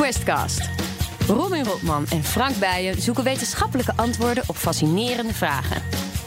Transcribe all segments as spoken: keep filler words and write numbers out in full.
Questcast. Robin Rotman en Frank Bijen zoeken wetenschappelijke antwoorden op fascinerende vragen.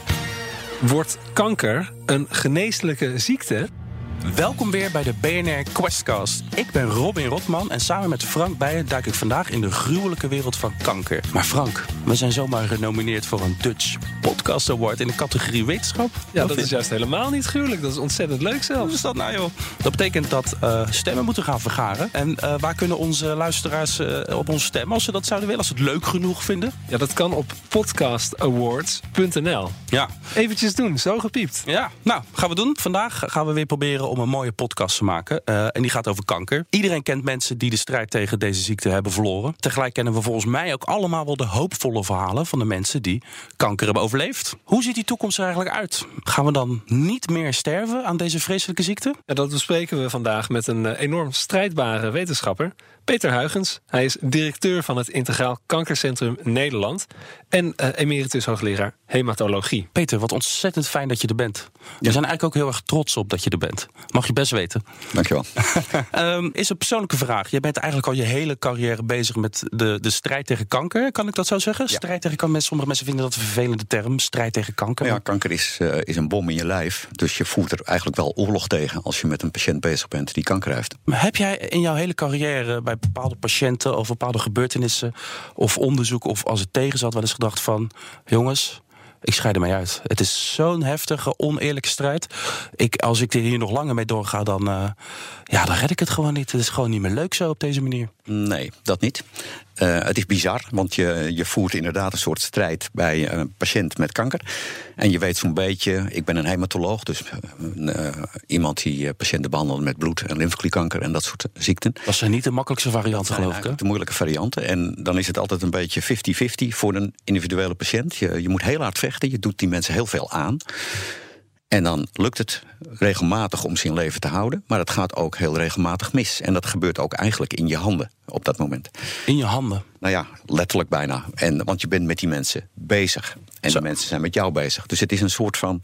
Wordt kanker een geneeslijke ziekte? Welkom weer bij de B N R Questcast. Ik ben Robin Rotman en samen met Frank Bijen duik ik vandaag in de gruwelijke wereld van kanker. Maar Frank, we zijn zomaar genomineerd voor een Dutch Podcast Award in de categorie wetenschap. Ja, dat, dat is juist helemaal niet gruwelijk. Dat is ontzettend leuk zelfs. Wat is dat nou, joh? Dat betekent dat uh, stemmen moeten gaan vergaren. En uh, waar kunnen onze luisteraars uh, op ons stemmen als ze dat zouden willen? Als ze het leuk genoeg vinden? Ja, dat kan op podcast awards punt n l. Ja. Eventjes doen, zo gepiept. Ja, nou, gaan we doen. Vandaag gaan we weer proberen om een mooie podcast te maken. Uh, en die gaat over kanker. Iedereen kent mensen die de strijd tegen deze ziekte hebben verloren. Tegelijk kennen we volgens mij ook allemaal wel de hoopvolle verhalen van de mensen die kanker hebben overleefd. Hoe ziet die toekomst er eigenlijk uit? Gaan we dan niet meer sterven aan deze vreselijke ziekte? Ja, dat bespreken we vandaag met een uh, enorm strijdbare wetenschapper. Peter Huygens. Hij is directeur van het Integraal Kankercentrum Nederland en uh, emeritus hoogleraar hematologie. Peter, wat ontzettend fijn dat je er bent. We ja. zijn eigenlijk ook heel erg trots op dat je er bent. Mag je best weten. Dankjewel. um, is een persoonlijke vraag. Je bent eigenlijk al je hele carrière bezig met de, de strijd tegen kanker. Kan ik dat zo zeggen? Ja. Strijd tegen kanker. Sommige mensen vinden dat een vervelende term. Strijd tegen kanker. Ja, kanker is, uh, is een bom in je lijf. Dus je voert er eigenlijk wel oorlog tegen als je met een patiënt bezig bent die kanker heeft. Maar heb jij in jouw hele carrière bij bepaalde patiënten of bepaalde gebeurtenissen of onderzoeken of als het tegen zat wel eens gedacht van, jongens, ik scheid ermee uit. Het is zo'n heftige, oneerlijke strijd. Ik, als ik er hier nog langer mee doorga, dan, uh, ja, dan red ik het gewoon niet. Het is gewoon niet meer leuk zo op deze manier. Nee, dat niet. Uh, het is bizar, want je, je voert inderdaad een soort strijd bij een patiënt met kanker. En je weet zo'n beetje, ik ben een hematoloog, dus uh, iemand die uh, patiënten behandelt met bloed- en lymfeklierkanker en dat soort ziekten. Dat zijn niet de makkelijkste varianten, geloof ik. Hè? De moeilijke varianten. En dan is het altijd een beetje vijftig vijftig voor een individuele patiënt. Je, je moet heel hard vechten, je doet die mensen heel veel aan. En dan lukt het regelmatig om ze in leven te houden. Maar het gaat ook heel regelmatig mis. En dat gebeurt ook eigenlijk in je handen op dat moment. In je handen? Nou ja, letterlijk bijna. En, want je bent met die mensen bezig. En Zo. die mensen zijn met jou bezig. Dus het is een soort van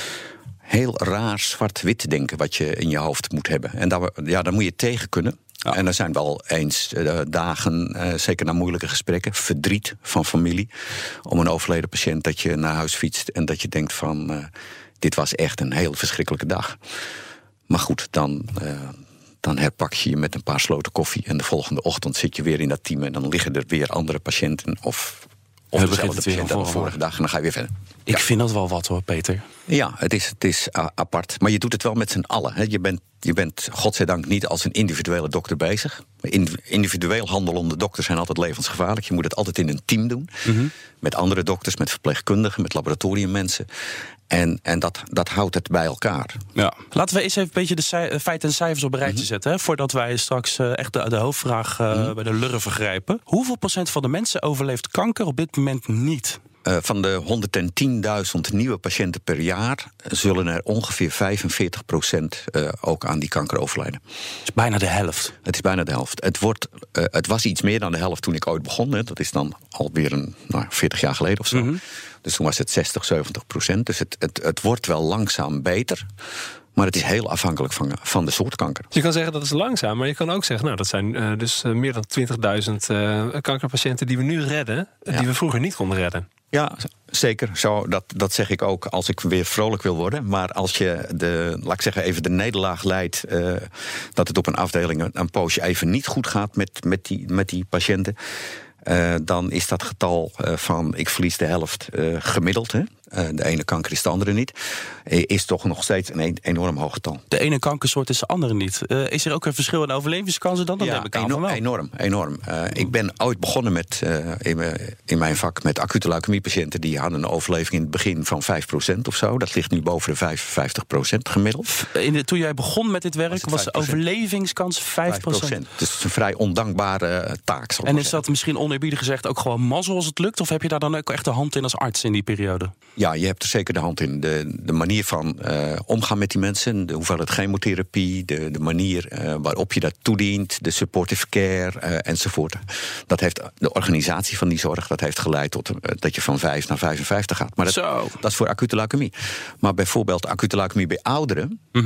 heel raar zwart-wit denken wat je in je hoofd moet hebben. En daar, ja, daar moet je tegen kunnen. Ja. En er zijn wel eens uh, dagen, uh, zeker na moeilijke gesprekken, verdriet van familie om een overleden patiënt, dat je naar huis fietst en dat je denkt van, Uh, dit was echt een heel verschrikkelijke dag. Maar goed, dan, uh, dan herpak je je met een paar sloten koffie en de volgende ochtend zit je weer in dat team en dan liggen er weer andere patiënten of, of dezelfde patiënt dan de vorige dag en dan ga je weer verder. Ik ja. vind dat wel wat hoor, Peter. Ja, het is, het is uh, apart. Maar je doet het wel met z'n allen. Hè. Je bent, je bent, godzijdank, niet als een individuele dokter bezig. Individueel handelende dokters zijn altijd levensgevaarlijk. Je moet het altijd in een team doen. Mm-hmm. Met andere dokters, met verpleegkundigen, met laboratoriummensen. En, en dat, dat houdt het bij elkaar. Ja. Laten we eens even een beetje de cij- feiten en cijfers op een rijtje mm-hmm. zetten. Hè, voordat wij straks uh, echt de, de hoofdvraag uh, mm-hmm. bij de lurven vergrijpen. Hoeveel procent van de mensen overleeft kanker op dit moment niet? Uh, van de honderdtienduizend nieuwe patiënten per jaar zullen er ongeveer vijfenveertig procent uh, ook aan die kanker overlijden. Dat is bijna de helft. Het is bijna de helft. Het, wordt, uh, het was iets meer dan de helft toen ik ooit begon. Hè. Dat is dan alweer een, nou, veertig jaar geleden of zo. Mm-hmm. Dus toen was het zestig, zeventig procent. Dus het, het, het wordt wel langzaam beter. Maar het is heel afhankelijk van, van de soort kanker. Dus je kan zeggen dat is langzaam, maar je kan ook zeggen, nou, dat zijn uh, dus uh, meer dan twintigduizend uh, kankerpatiënten die we nu redden, ja. die we vroeger niet konden redden. Ja, zeker. Zo, dat, dat zeg ik ook als ik weer vrolijk wil worden. Maar als je de, laat ik zeggen, even de nederlaag leidt, Uh, dat het op een afdeling een, een poosje even niet goed gaat met, met, die, met die patiënten. Uh, dan is dat getal uh, van ik verlies de helft uh, gemiddeld. Hè? Uh, de ene kanker is de andere niet. Uh, is toch nog steeds een, een enorm hoog getal. De ene kankersoort is de andere niet. Uh, is er ook een verschil in overlevingskansen dan? Dan ja, heb ik enorm, enorm, enorm. Uh, ik ben ooit begonnen met, uh, in, mijn, in mijn vak met acute leukemiepatiënten. Die hadden een overleving in het begin van vijf procent of zo. Dat ligt nu boven de vijfenvijftig procent gemiddeld. In de, toen jij begon met dit werk was, was de overlevingskans vijf procent. Dus het is een vrij ondankbare taak. Zal en is dat misschien oneerbiedig gezegd ook gewoon mazzel als het lukt? Of heb je daar dan ook echt de hand in als arts in die periode? Ja, je hebt er zeker de hand in. De, de manier van uh, omgaan met die mensen, de hoeveelheid chemotherapie, de, de manier uh, waarop je dat toedient, de supportive care uh, enzovoort. Dat heeft de organisatie van die zorg, dat heeft geleid tot uh, dat je van vijf naar vijfenvijftig gaat. Maar dat, Zo. dat is voor acute leukemie. Maar bijvoorbeeld acute leukemie bij ouderen, mm-hmm.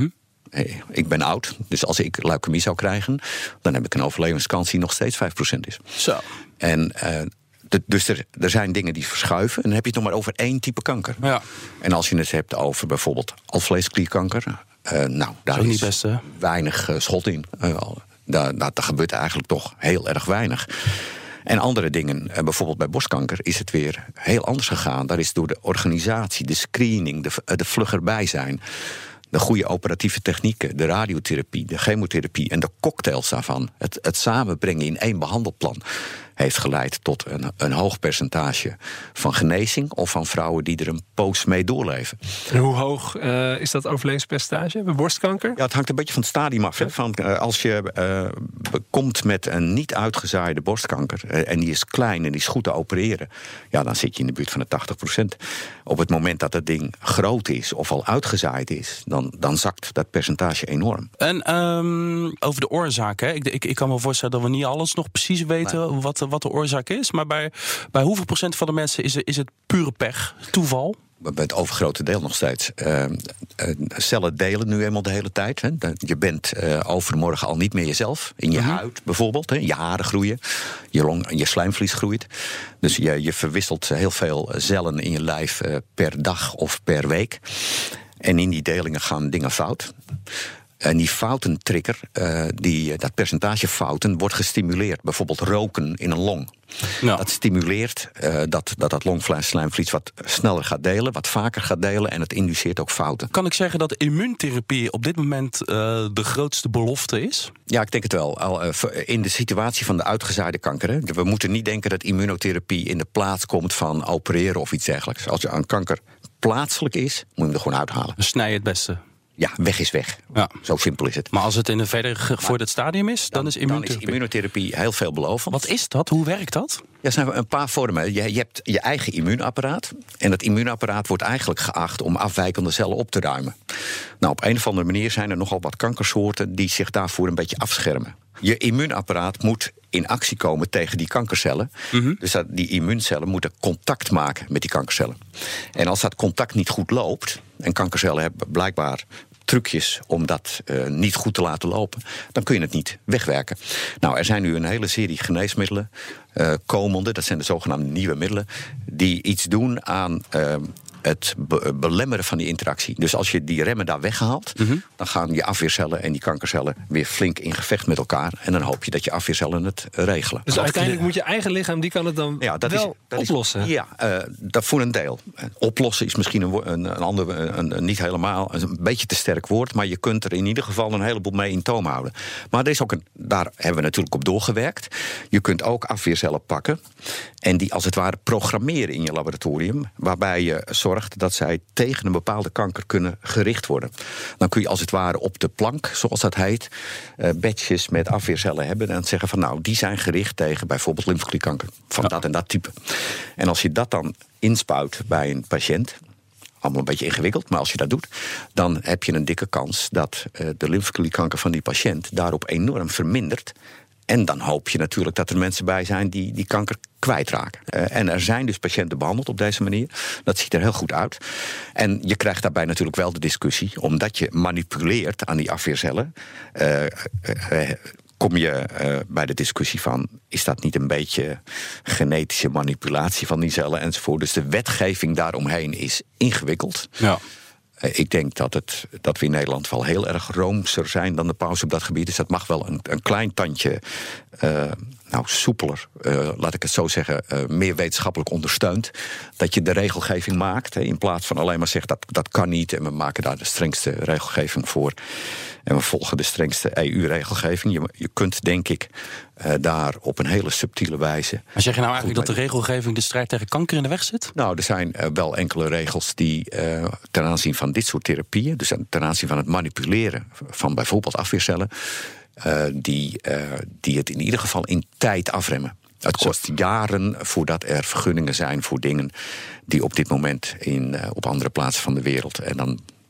Hey, ik ben oud, dus als ik leukemie zou krijgen, dan heb ik een overlevingskans die nog steeds vijf procent is. Zo. En uh, de, dus er, er zijn dingen die verschuiven. En dan heb je het nog maar over één type kanker. Ja. En als je het hebt over bijvoorbeeld alvleesklierkanker, uh, nou, daar is niet best, hè? weinig uh, schot in. Uh, daar, daar gebeurt eigenlijk toch heel erg weinig. En andere dingen, bijvoorbeeld bij borstkanker, is het weer heel anders gegaan. Daar is door de organisatie, de screening, de, de vlugger bij zijn, de goede operatieve technieken, de radiotherapie, de chemotherapie en de cocktails daarvan, het, het samenbrengen in één behandelplan, heeft geleid tot een, een hoog percentage van genezing of van vrouwen die er een poos mee doorleven. En hoe hoog uh, is dat overlevingspercentage bij borstkanker? Ja, het hangt een beetje van het stadium af. Hè? Van, uh, als je uh, komt met een niet uitgezaaide borstkanker uh, en die is klein en die is goed te opereren, ja, dan zit je in de buurt van de tachtig procent. Op het moment dat het ding groot is of al uitgezaaid is, dan, dan zakt dat percentage enorm. En um, over de oorzaak, hè? Ik, ik, ik kan me voorstellen dat we niet alles nog precies weten nee. wat, wat de oorzaak is. Maar bij, bij hoeveel procent van de mensen is, is het pure pech, toeval? Bij het overgrote deel nog steeds. Uh, uh, cellen delen nu eenmaal de hele tijd. Hè. Je bent uh, overmorgen al niet meer jezelf. In je mm-hmm. huid bijvoorbeeld. Hè. Je haren groeien. Je, long, je slijmvlies groeit. Dus je, je verwisselt heel veel cellen in je lijf uh, per dag of per week. En in die delingen gaan dingen fout. En die foutentrigger, uh, die, dat percentage fouten, wordt gestimuleerd. Bijvoorbeeld roken in een long. Ja. Dat stimuleert uh, dat, dat dat longvlees-slijmvlies wat sneller gaat delen, wat vaker gaat delen en het induceert ook fouten. Kan ik zeggen dat immuuntherapie op dit moment uh, de grootste belofte is? Ja, ik denk het wel. Al, uh, in de situatie van de uitgezaaide kanker. Hè, we moeten niet denken dat immunotherapie in de plaats komt van opereren of iets dergelijks. Als je aan kanker plaatselijk is, moet je hem er gewoon uithalen. Snij je het beste. Ja, weg is weg. Ja. Zo simpel is het. Maar als het in een verder gevorderd stadium is, dan, dan is immunotherapie... Dan is immunotherapie heel veelbelovend. Wat is dat? Hoe werkt dat? Ja, er zijn een paar vormen. Je, je hebt je eigen immuunapparaat. En dat immuunapparaat wordt eigenlijk geacht om afwijkende cellen op te ruimen. Nou, op een of andere manier zijn er nogal wat kankersoorten die zich daarvoor een beetje afschermen. Je immuunapparaat moet in actie komen tegen die kankercellen. Mm-hmm. Dus dat, die immuuncellen moeten contact maken met die kankercellen. En als dat contact niet goed loopt, en kankercellen hebben blijkbaar trucjes om dat uh, niet goed te laten lopen, dan kun je het niet wegwerken. Nou, er zijn nu een hele serie geneesmiddelen uh, komende, dat zijn de zogenaamde nieuwe middelen, die iets doen aan uh, het be- belemmeren van die interactie. Dus als je die remmen daar weghaalt, mm-hmm. dan gaan je afweercellen en die kankercellen weer flink in gevecht met elkaar. En dan hoop je dat je afweercellen het regelen. Dus uiteindelijk moet je eigen lichaam, die kan het dan ja, dat wel is, dat oplossen? Is, ja, uh, dat voor een deel. Oplossen is misschien een, een, een ander, een, een, niet helemaal, een beetje te sterk woord, maar je kunt er in ieder geval een heleboel mee in toom houden. Maar er is ook een, daar hebben we natuurlijk op doorgewerkt. Je kunt ook afweercellen pakken en die als het ware programmeren in je laboratorium, waarbij je zorgt dat zij tegen een bepaalde kanker kunnen gericht worden. Dan kun je als het ware op de plank, zoals dat heet, uh, badges met afweercellen hebben en zeggen van nou, die zijn gericht tegen bijvoorbeeld lymfeklierkanker van ja. dat en dat type. En als je dat dan inspuit bij een patiënt, allemaal een beetje ingewikkeld, maar als je dat doet, dan heb je een dikke kans dat uh, de lymfeklierkanker van die patiënt daarop enorm vermindert. En dan hoop je natuurlijk dat er mensen bij zijn die die kanker kwijtraken. Uh, en er zijn dus patiënten behandeld op deze manier. Dat ziet er heel goed uit. En je krijgt daarbij natuurlijk wel de discussie, omdat je manipuleert aan die afweercellen, Uh, uh, uh, kom je uh, bij de discussie van, is dat niet een beetje genetische manipulatie van die cellen enzovoort. Dus de wetgeving daaromheen is ingewikkeld. Ja. Ik denk dat, het, dat we in Nederland wel heel erg roomser zijn dan de paus op dat gebied. Dus dat mag wel een, een klein tandje uh, nou, soepeler, uh, laat ik het zo zeggen, uh, meer wetenschappelijk ondersteund. Dat je de regelgeving maakt, hè, in plaats van alleen maar zegt dat dat kan niet en we maken daar de strengste regelgeving voor. En we volgen de strengste E U-regelgeving. Je, je kunt, denk ik, uh, daar op een hele subtiele wijze. Maar zeg je nou eigenlijk dat de regelgeving de strijd tegen kanker in de weg zit? Nou, er zijn uh, wel enkele regels die uh, ten aanzien van dit soort therapieën, dus ten aanzien van het manipuleren van bijvoorbeeld afweercellen, uh, die, uh, die het in ieder geval in tijd afremmen. Het kost jaren voordat er vergunningen zijn voor dingen die op dit moment in, uh, op andere plaatsen van de wereld. En dan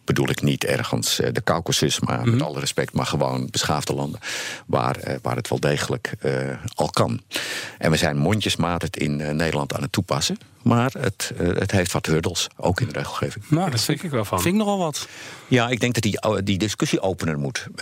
bedoel ik niet ergens uh, de Caucasus, maar mm-hmm. met alle respect, maar gewoon beschaafde landen waar, uh, waar het wel degelijk uh, al kan. En we zijn mondjesmaat het in uh, Nederland aan het toepassen. Maar het, uh, het heeft wat hurdles, ook in de regelgeving. Nou, dat vind ik wel van. Vind ik nogal wat. Ja, ik denk dat die, die discussie opener moet. Uh,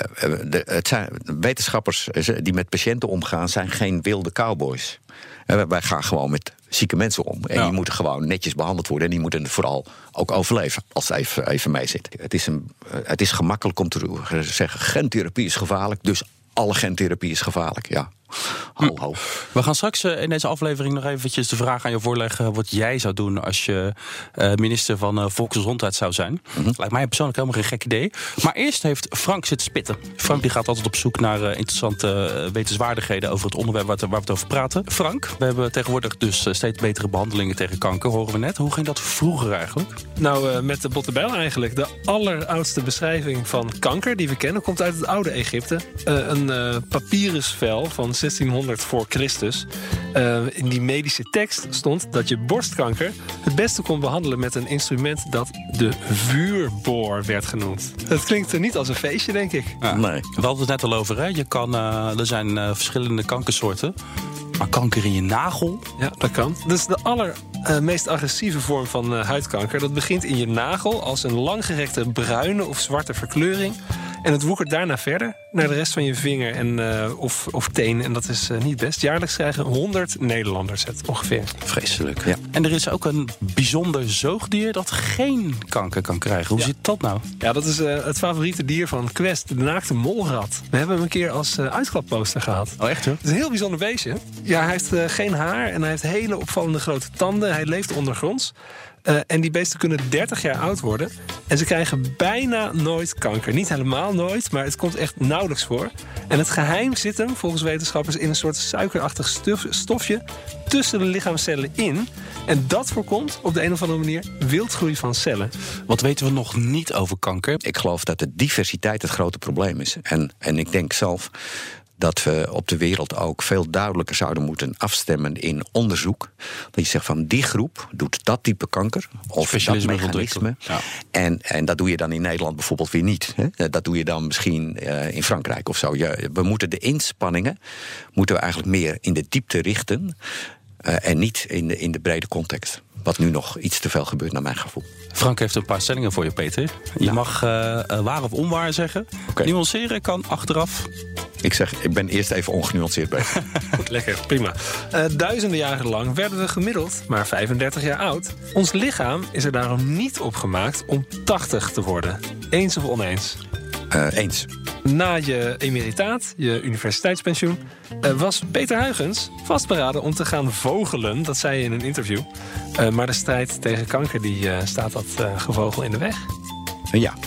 de, het zijn, wetenschappers die met patiënten omgaan zijn geen wilde cowboys. Uh, wij gaan gewoon met zieke mensen om. En ja. die moeten gewoon netjes behandeld worden. En die moeten het vooral ook overleven, als het even, even mee zit. Het is, een, uh, het is gemakkelijk om te zeggen, gentherapie is gevaarlijk, dus alle gentherapie is gevaarlijk, ja. Ho, ho. We gaan straks in deze aflevering nog eventjes de vraag aan je voorleggen wat jij zou doen als je uh, minister van uh, Volksgezondheid zou zijn. Mm-hmm. Lijkt mij persoonlijk helemaal geen gek idee. Maar eerst heeft Frank zitten spitten. Frank die gaat altijd op zoek naar uh, interessante uh, wetenswaardigheden over het onderwerp waar, te, waar we het over praten. Frank, we hebben tegenwoordig dus uh, steeds betere behandelingen tegen kanker, horen we net. Hoe ging dat vroeger eigenlijk? Nou, uh, met de botte bijl eigenlijk. De alleroudste beschrijving van kanker die we kennen komt uit het oude Egypte. Uh, een uh, papyrusvel van zestienhonderd voor Christus. Uh, in die medische tekst stond dat je borstkanker het beste kon behandelen met een instrument dat de vuurboor werd genoemd. Het klinkt er niet als een feestje, denk ik. Ja, nee. We hadden het net al over, hè? Je kan, uh, er zijn uh, verschillende kankersoorten. Maar kanker in je nagel? Ja, dat kan. Dat is de allermeest uh, agressieve vorm van uh, huidkanker. Dat begint in je nagel als een langgerekte bruine of zwarte verkleuring. En het woekert daarna verder naar de rest van je vinger en, uh, of, of teen. En dat is uh, niet best. Jaarlijks krijgen honderd Nederlanders het ongeveer. Vreselijk. Ja. En er is ook een bijzonder zoogdier dat geen kanker kan krijgen. Hoe ja. zit dat nou? Ja, dat is uh, het favoriete dier van Quest, de naakte molrat. We hebben hem een keer als uh, uitklapposter gehad. Oh, echt hoor? Het is een heel bijzonder beestje. Ja, hij heeft uh, geen haar en hij heeft hele opvallende grote tanden. Hij leeft ondergronds. Uh, en die beesten kunnen dertig jaar oud worden. En ze krijgen bijna nooit kanker. Niet helemaal nooit, maar het komt echt nauwelijks voor. En het geheim zit hem, volgens wetenschappers, in een soort suikerachtig stof, stofje tussen de lichaamscellen in. En dat voorkomt op de een of andere manier wildgroei van cellen. Wat weten we nog niet over kanker? Ik geloof dat de diversiteit het grote probleem is. En, en ik denk zelf dat we op de wereld ook veel duidelijker zouden moeten afstemmen in onderzoek. Dat je zegt van die groep doet dat type kanker of dat mechanisme. Ja. En, en dat doe je dan in Nederland bijvoorbeeld weer niet. Hè? Dat doe je dan misschien uh, in Frankrijk of zo. Je, we moeten de inspanningen moeten we eigenlijk meer in de diepte richten uh, en niet in de, in de brede context. Wat nu nog iets te veel gebeurt naar mijn gevoel. Frank heeft een paar stellingen voor je, Peter. Je ja. mag uh, waar of onwaar zeggen. Okay. Nuanceren kan achteraf. Ik zeg, ik ben eerst even ongenuanceerd bezig. Goed, lekker, prima. Uh, duizenden jaren lang werden we gemiddeld maar vijfendertig jaar oud. Ons lichaam is er daarom niet op gemaakt om tachtig te worden. Eens of oneens? Uh, eens. Na je emeritaat, je universiteitspensioen, uh, was Peter Huygens vastberaden om te gaan vogelen. Dat zei je in een interview. Uh, maar de strijd tegen kanker, die uh, staat dat uh, gevogel in de weg? Uh, ja.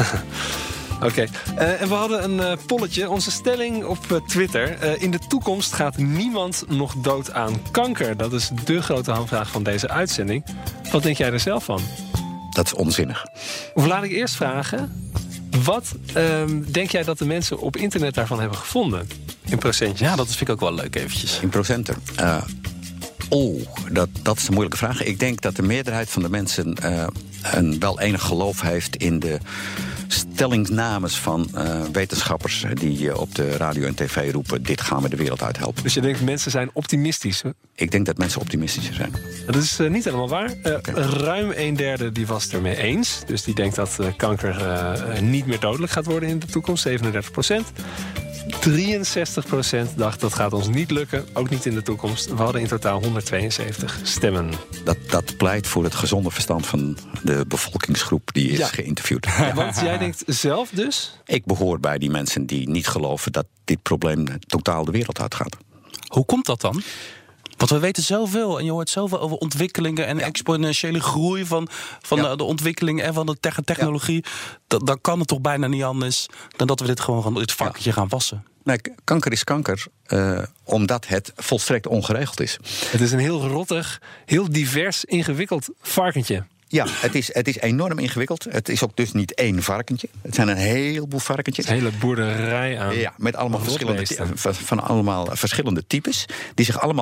Oké, okay. uh, en we hadden een uh, polletje. Onze stelling op uh, Twitter. Uh, in de toekomst gaat niemand nog dood aan kanker. Dat is de grote hamvraag van deze uitzending. Wat denk jij er zelf van? Dat is onzinnig. Of laat ik eerst vragen, wat uh, denk jij dat de mensen op internet daarvan hebben gevonden? In procentjes? Ja, dat vind ik ook wel leuk eventjes. In procenten? Uh, oh, dat, dat is een moeilijke vraag. Ik denk dat de meerderheid van de mensen uh, een wel enig geloof heeft in de stellingnames van uh, wetenschappers die uh, op de radio en tv roepen, dit gaan we de wereld uithelpen. Dus je denkt mensen zijn optimistisch? Hè? Ik denk dat mensen optimistischer zijn. Dat is uh, niet helemaal waar. Uh, okay. Ruim een derde die was het ermee eens. Dus die denkt dat uh, kanker uh, niet meer dodelijk gaat worden in de toekomst. zevenendertig procent. drieënzestig procent dacht dat gaat ons niet lukken. Ook niet in de toekomst. We hadden in totaal honderdtweeënzeventig stemmen. Dat, dat pleit voor het gezonde verstand van de bevolkingsgroep die is ja. geïnterviewd. Ja, want jij denkt zelf dus? Ik behoor bij die mensen die niet geloven dat dit probleem totaal de wereld uitgaat. Hoe komt dat dan? Want we weten zoveel en je hoort zoveel over ontwikkelingen en ja. exponentiële groei van, van ja. de, de ontwikkeling en van de te- technologie. Ja. Dan, dan kan het toch bijna niet anders dan dat we dit gewoon gaan, dit varkentje ja. gaan wassen. Nee, kanker is kanker uh, omdat het volstrekt ongeregeld is. Het is een heel rottig, heel divers, ingewikkeld varkentje. Ja, het is, het is enorm ingewikkeld. Het is ook dus niet één varkentje. Het zijn een heleboel varkentjes. Een hele boerderij aan. Ja, met allemaal verschillende, van allemaal verschillende types. Die zich allemaal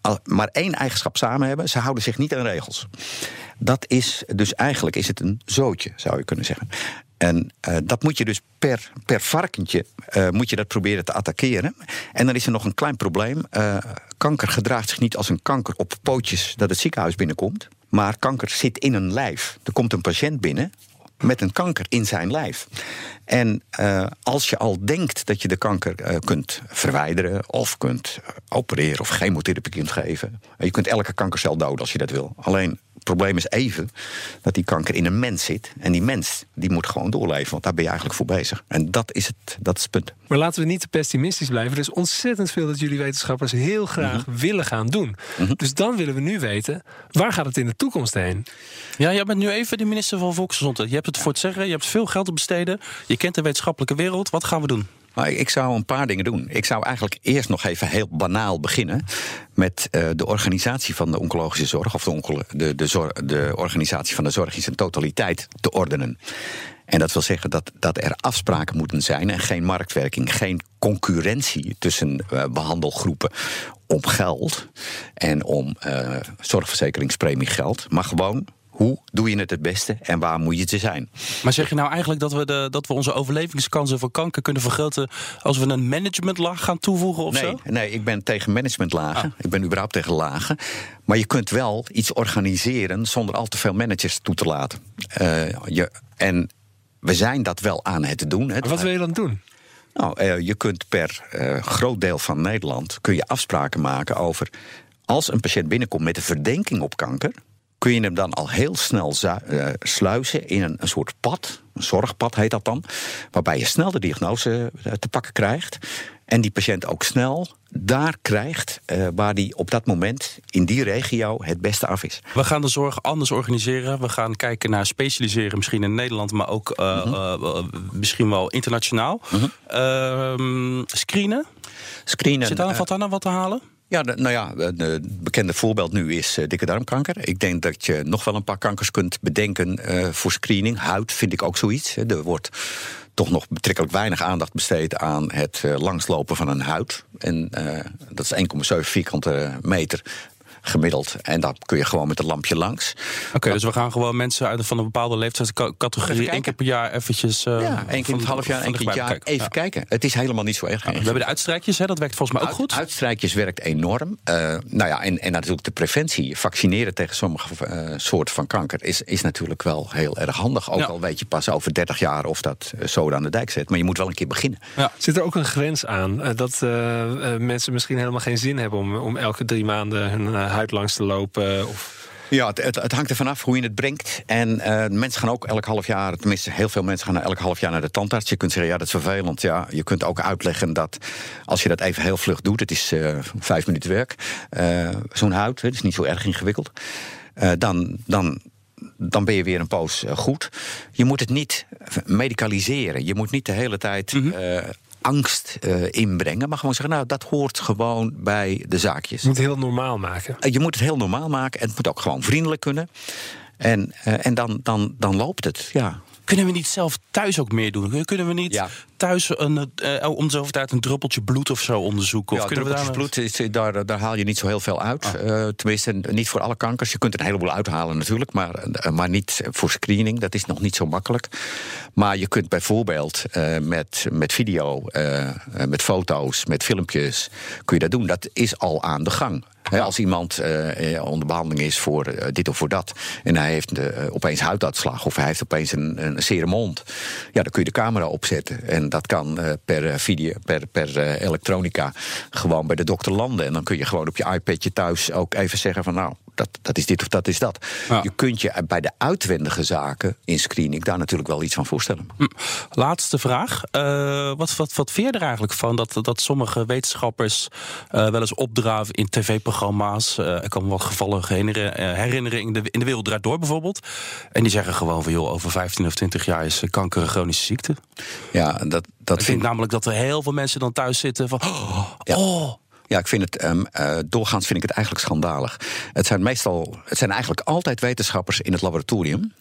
maar één eigenschap samen hebben. Ze houden zich niet aan regels. Dat is dus eigenlijk is het een zootje, zou je kunnen zeggen. En uh, dat moet je dus per, per varkentje uh, moet je dat proberen te attackeren. En dan is er nog een klein probleem. Uh, kanker gedraagt zich niet als een kanker op pootjes dat het ziekenhuis binnenkomt. Maar kanker zit in een lijf. Er komt een patiënt binnen met een kanker in zijn lijf. En uh, als je al denkt dat je de kanker uh, kunt verwijderen, of kunt opereren of chemotherapie kunt geven. Je kunt elke kankercel doden als je dat wil. Alleen het probleem is even dat die kanker in een mens zit. En die mens die moet gewoon doorleven, want daar ben je eigenlijk voor bezig. En dat is het, dat is het punt. Maar laten we niet te pessimistisch blijven. Er is ontzettend veel dat jullie wetenschappers heel graag mm-hmm. willen gaan doen. Mm-hmm. Dus dan willen we nu weten, waar gaat het in de toekomst heen? Ja, jij bent nu even de minister van Volksgezondheid. Je hebt het voor het zeggen, je hebt veel geld te besteden. Je kent de wetenschappelijke wereld. Wat gaan we doen? Maar ik zou een paar dingen doen. Ik zou eigenlijk eerst nog even heel banaal beginnen met uh, de organisatie van de oncologische zorg, of de, oncolo- de, de, zor- de organisatie van de zorg in zijn totaliteit te ordenen. En dat wil zeggen dat, dat er afspraken moeten zijn en geen marktwerking, geen concurrentie tussen uh, behandelgroepen om geld en om uh, zorgverzekeringspremiegeld, maar gewoon, hoe doe je het het beste en waar moet je te zijn? Maar zeg je nou eigenlijk dat we, de, dat we onze overlevingskansen voor kanker kunnen vergroten als we een managementlaag gaan toevoegen of nee, zo? Nee, ik ben tegen managementlagen. Ah. Ik ben überhaupt tegen lagen. Maar je kunt wel iets organiseren zonder al te veel managers toe te laten. Uh, je, en we zijn dat wel aan het doen. Hè. Wat wil je dan doen? Nou, uh, je kunt per uh, groot deel van Nederland kun je afspraken maken over, als een patiënt binnenkomt met een verdenking op kanker, kun je hem dan al heel snel zu- uh, sluizen in een, een soort pad, een zorgpad heet dat dan, waarbij je snel de diagnose uh, te pakken krijgt en die patiënt ook snel daar krijgt uh, waar die op dat moment in die regio het beste af is. We gaan de zorg anders organiseren. We gaan kijken naar specialiseren, misschien in Nederland, maar ook uh, mm-hmm. uh, uh, misschien wel internationaal. Mm-hmm. Uh, screenen. Screenen. Zit daar, valt daar nou wat te halen? Ja, de, nou ja, het bekende voorbeeld nu is uh, dikke darmkanker. Ik denk dat je nog wel een paar kankers kunt bedenken uh, voor screening. Huid vind ik ook zoiets. Hè. Er wordt toch nog betrekkelijk weinig aandacht besteed aan het uh, langslopen van een huid. En uh, dat is één komma zeven vierkante meter gemiddeld. En daar kun je gewoon met een lampje langs. Oké, okay, dus we gaan gewoon mensen uit van een bepaalde leeftijdscategorie één keer per jaar eventjes Uh, ja, één keer in het half jaar, één keer in het jaar even ja. kijken. Het is helemaal niet zo erg. Ja, we hebben de uitstrijkjes, hè, dat werkt volgens mij ook Uit, goed. Uitstrijkjes werkt enorm. Uh, nou ja, en, en natuurlijk de preventie. Vaccineren tegen sommige uh, soorten van kanker is, is natuurlijk wel heel erg handig. Ook ja. al weet je pas over dertig jaar of dat uh, zoden aan de dijk zet. Maar je moet wel een keer beginnen. Ja. Zit er ook een grens aan? Uh, dat uh, uh, mensen misschien helemaal geen zin hebben om, om elke drie maanden hun uh, huid langs te lopen? Of Ja, het, het, het hangt ervan af hoe je het brengt. En uh, mensen gaan ook elk half jaar, tenminste heel veel mensen gaan elk half jaar naar de tandarts. Je kunt zeggen, ja, dat is vervelend. Ja, je kunt ook uitleggen dat als je dat even heel vlug doet, het is uh, vijf minuten werk, uh, zo'n huid, het is niet zo erg ingewikkeld, uh, dan, dan, dan ben je weer een poos uh, goed. Je moet het niet medicaliseren. Je moet niet de hele tijd Mm-hmm. Uh, angst uh, inbrengen, maar gewoon zeggen, nou, dat hoort gewoon bij de zaakjes. Je moet het heel normaal maken. Je moet het heel normaal maken en het moet ook gewoon vriendelijk kunnen. En, uh, en dan, dan, dan loopt het, ja. Kunnen we niet zelf thuis ook meer doen? Kunnen we niet ja. thuis een, uh, om de zoveel tijd een druppeltje bloed of zo onderzoeken? Ja, of kunnen druppeltjes we daar, bloed, is, daar, daar haal je niet zo heel veel uit. Ah. Uh, tenminste, niet voor alle kankers. Je kunt er een heleboel uithalen natuurlijk, maar, uh, maar niet voor screening. Dat is nog niet zo makkelijk. Maar je kunt bijvoorbeeld uh, met, met video, uh, met foto's, met filmpjes, kun je dat doen. Dat is al aan de gang. He, als iemand uh, onder behandeling is voor uh, dit of voor dat, en hij heeft uh, opeens huiduitslag of hij heeft opeens een, een zere mond, ja, dan kun je de camera opzetten. En dat kan uh, per video, per, per uh, elektronica gewoon bij de dokter landen. En dan kun je gewoon op je iPadje thuis ook even zeggen van, nou, dat, dat is dit of dat is dat. Ja. Je kunt je bij de uitwendige zaken in screening daar natuurlijk wel iets van voorstellen. Laatste vraag. Uh, wat, wat, wat vind je er eigenlijk van dat, dat sommige wetenschappers uh, wel eens opdraven in tv-programma's? Uh, ik kan me wat gevallen herinneren, uh, herinneren in, de, in de Wereld Draait Door bijvoorbeeld. En die zeggen gewoon van, joh, over vijftien of twintig jaar is kanker een chronische ziekte. Ja, dat, dat ik vind, vind namelijk dat er heel veel mensen dan thuis zitten van, oh, ja. oh. Ja, ik vind het, um, uh, doorgaans vind ik het eigenlijk schandalig. Het zijn meestal, het zijn eigenlijk altijd wetenschappers in het laboratorium.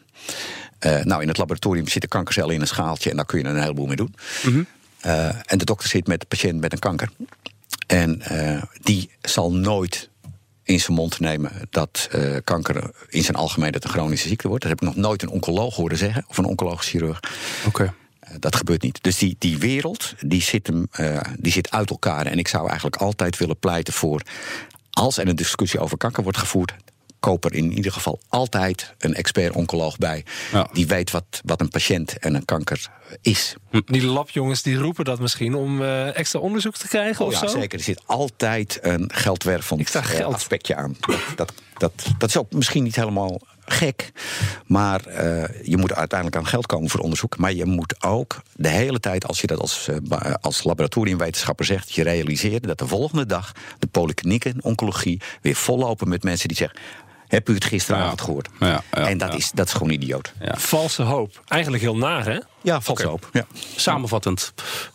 Uh, nou, in het laboratorium zitten kankercellen in een schaaltje en daar kun je er een heleboel mee doen. Mm-hmm. Uh, en de dokter zit met de patiënt met een kanker. En uh, die zal nooit in zijn mond nemen dat uh, kanker in zijn algemeenheid een chronische ziekte wordt. Dat heb ik nog nooit een oncoloog horen zeggen, of een oncologisch chirurg. Oké. Okay. Uh, dat gebeurt niet. Dus die, die wereld, die zit, hem, uh, die zit uit elkaar. En ik zou eigenlijk altijd willen pleiten voor, als er een discussie over kanker wordt gevoerd, koop er in ieder geval altijd een expert-oncoloog bij. Ja. Die weet wat, wat een patiënt en een kanker is. Die labjongens die roepen dat misschien om uh, extra onderzoek te krijgen oh, of ja, zo? Zeker. Er zit altijd een geldwervend uh, aspectje aan. Dat, dat, dat, dat is ook misschien niet helemaal gek. Maar uh, je moet uiteindelijk aan geld komen voor onderzoek. Maar je moet ook de hele tijd, als je dat als, uh, als laboratoriumwetenschapper zegt, je realiseren dat de volgende dag de polyklinieken, oncologie, weer vollopen met mensen die zeggen, heb u het gisteravond ja. gehoord? Ja, ja, en dat, ja. is, dat is gewoon idioot. Ja. Valse hoop. Eigenlijk heel naar, hè? Ja, valse okay. hoop. Ja. Samenvattend.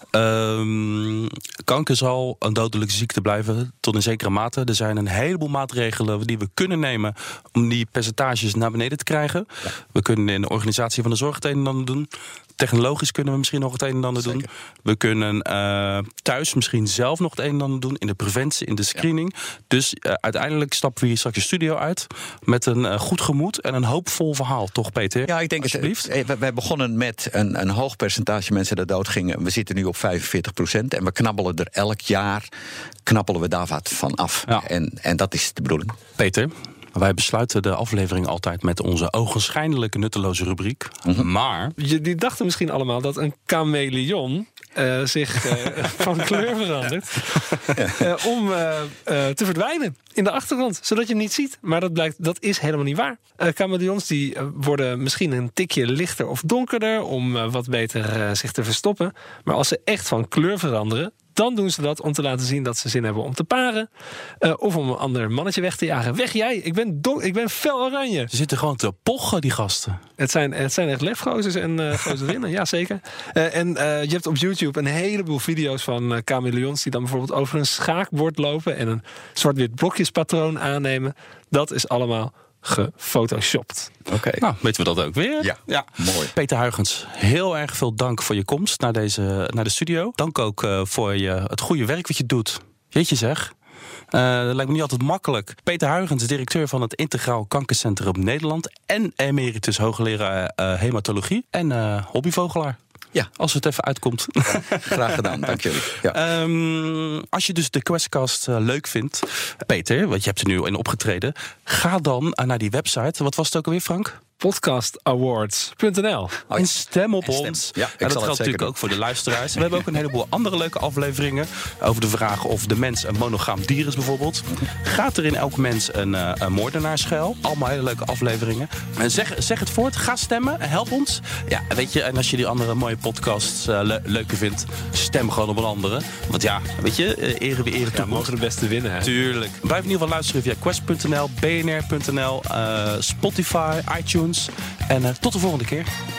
Um, kanker zal een dodelijke ziekte blijven tot een zekere mate. Er zijn een heleboel maatregelen die we kunnen nemen om die percentages naar beneden te krijgen. Ja. We kunnen in de organisatie van de zorg het een en ander doen. Technologisch kunnen we misschien nog het een en ander Zeker. doen. We kunnen uh, thuis misschien zelf nog het een en ander doen. In de preventie, in de screening. Ja. Dus uh, uiteindelijk stappen we hier straks de studio uit met een uh, goed gemoed en een hoopvol verhaal. Toch, Peter? Ja, ik denk alsjeblieft. Het, we, we begonnen met een, een hoog percentage mensen dat doodgingen. We zitten nu op vijfenveertig procent. En we knabbelen er elk jaar knabbelen we daar wat van af. Ja. En, en dat is de bedoeling. Peter, wij besluiten de aflevering altijd met onze ogenschijnlijke nutteloze rubriek. Mm-hmm. Maar die dachten misschien allemaal dat een chameleon uh, zich uh, van kleur verandert. uh, om uh, uh, te verdwijnen in de achtergrond, zodat je hem niet ziet. Maar dat blijkt, dat is helemaal niet waar. Uh, chameleons die uh, worden misschien een tikje lichter of donkerder om uh, wat beter uh, zich te verstoppen. Maar als ze echt van kleur veranderen, dan doen ze dat om te laten zien dat ze zin hebben om te paren. Uh, of om een ander mannetje weg te jagen. Weg jij, ik ben, don- ik ben fel oranje. Ze zitten gewoon te pochen, die gasten. Het zijn, het zijn echt lefgozers en uh, gozerinnen, ja zeker. Uh, en uh, je hebt op YouTube een heleboel video's van uh, chameleons die dan bijvoorbeeld over een schaakbord lopen en een zwart-wit blokjespatroon aannemen. Dat is allemaal gefotoshopt. Oké. Okay. Nou, weten we dat ook weer? Ja, ja. Mooi. Peter Huygens, heel erg veel dank voor je komst naar, deze, naar de studio. Dank ook uh, voor je, het goede werk wat je doet. Jeetje zeg. Uh, dat lijkt me niet altijd makkelijk. Peter Huygens, directeur van het Integraal Kankercentrum Nederland en emeritus hoogleraar uh, hematologie en uh, hobbyvogelaar. Ja, als het even uitkomt. Ja, graag gedaan, dank jullie. Ja. Um, als je dus de Questcast uh, leuk vindt, Peter, want je hebt er nu in opgetreden, ga dan uh, naar die website. Wat was het ook alweer, Frank? podcast awards punt n l. Oh, en stem op en stem. ons. Ja, en dat geldt natuurlijk doen. ook voor de luisteraars. We hebben ook een heleboel andere leuke afleveringen over de vraag of de mens een monogaam dier is bijvoorbeeld. Gaat er in elk mens een, uh, een moordenaar schuil? Allemaal hele leuke afleveringen. En zeg, zeg het voort, ga stemmen, help ons. Ja, weet je, en als je die andere mooie podcasts uh, le- leuker vindt, stem gewoon op een andere. Want ja, weet je, uh, ere wie ere toe. Ja, mogen de beste winnen. Hè? Tuurlijk. Blijf in ieder geval luisteren via quest punt n l, b n r punt n l, uh, Spotify, iTunes. En uh, tot de volgende keer.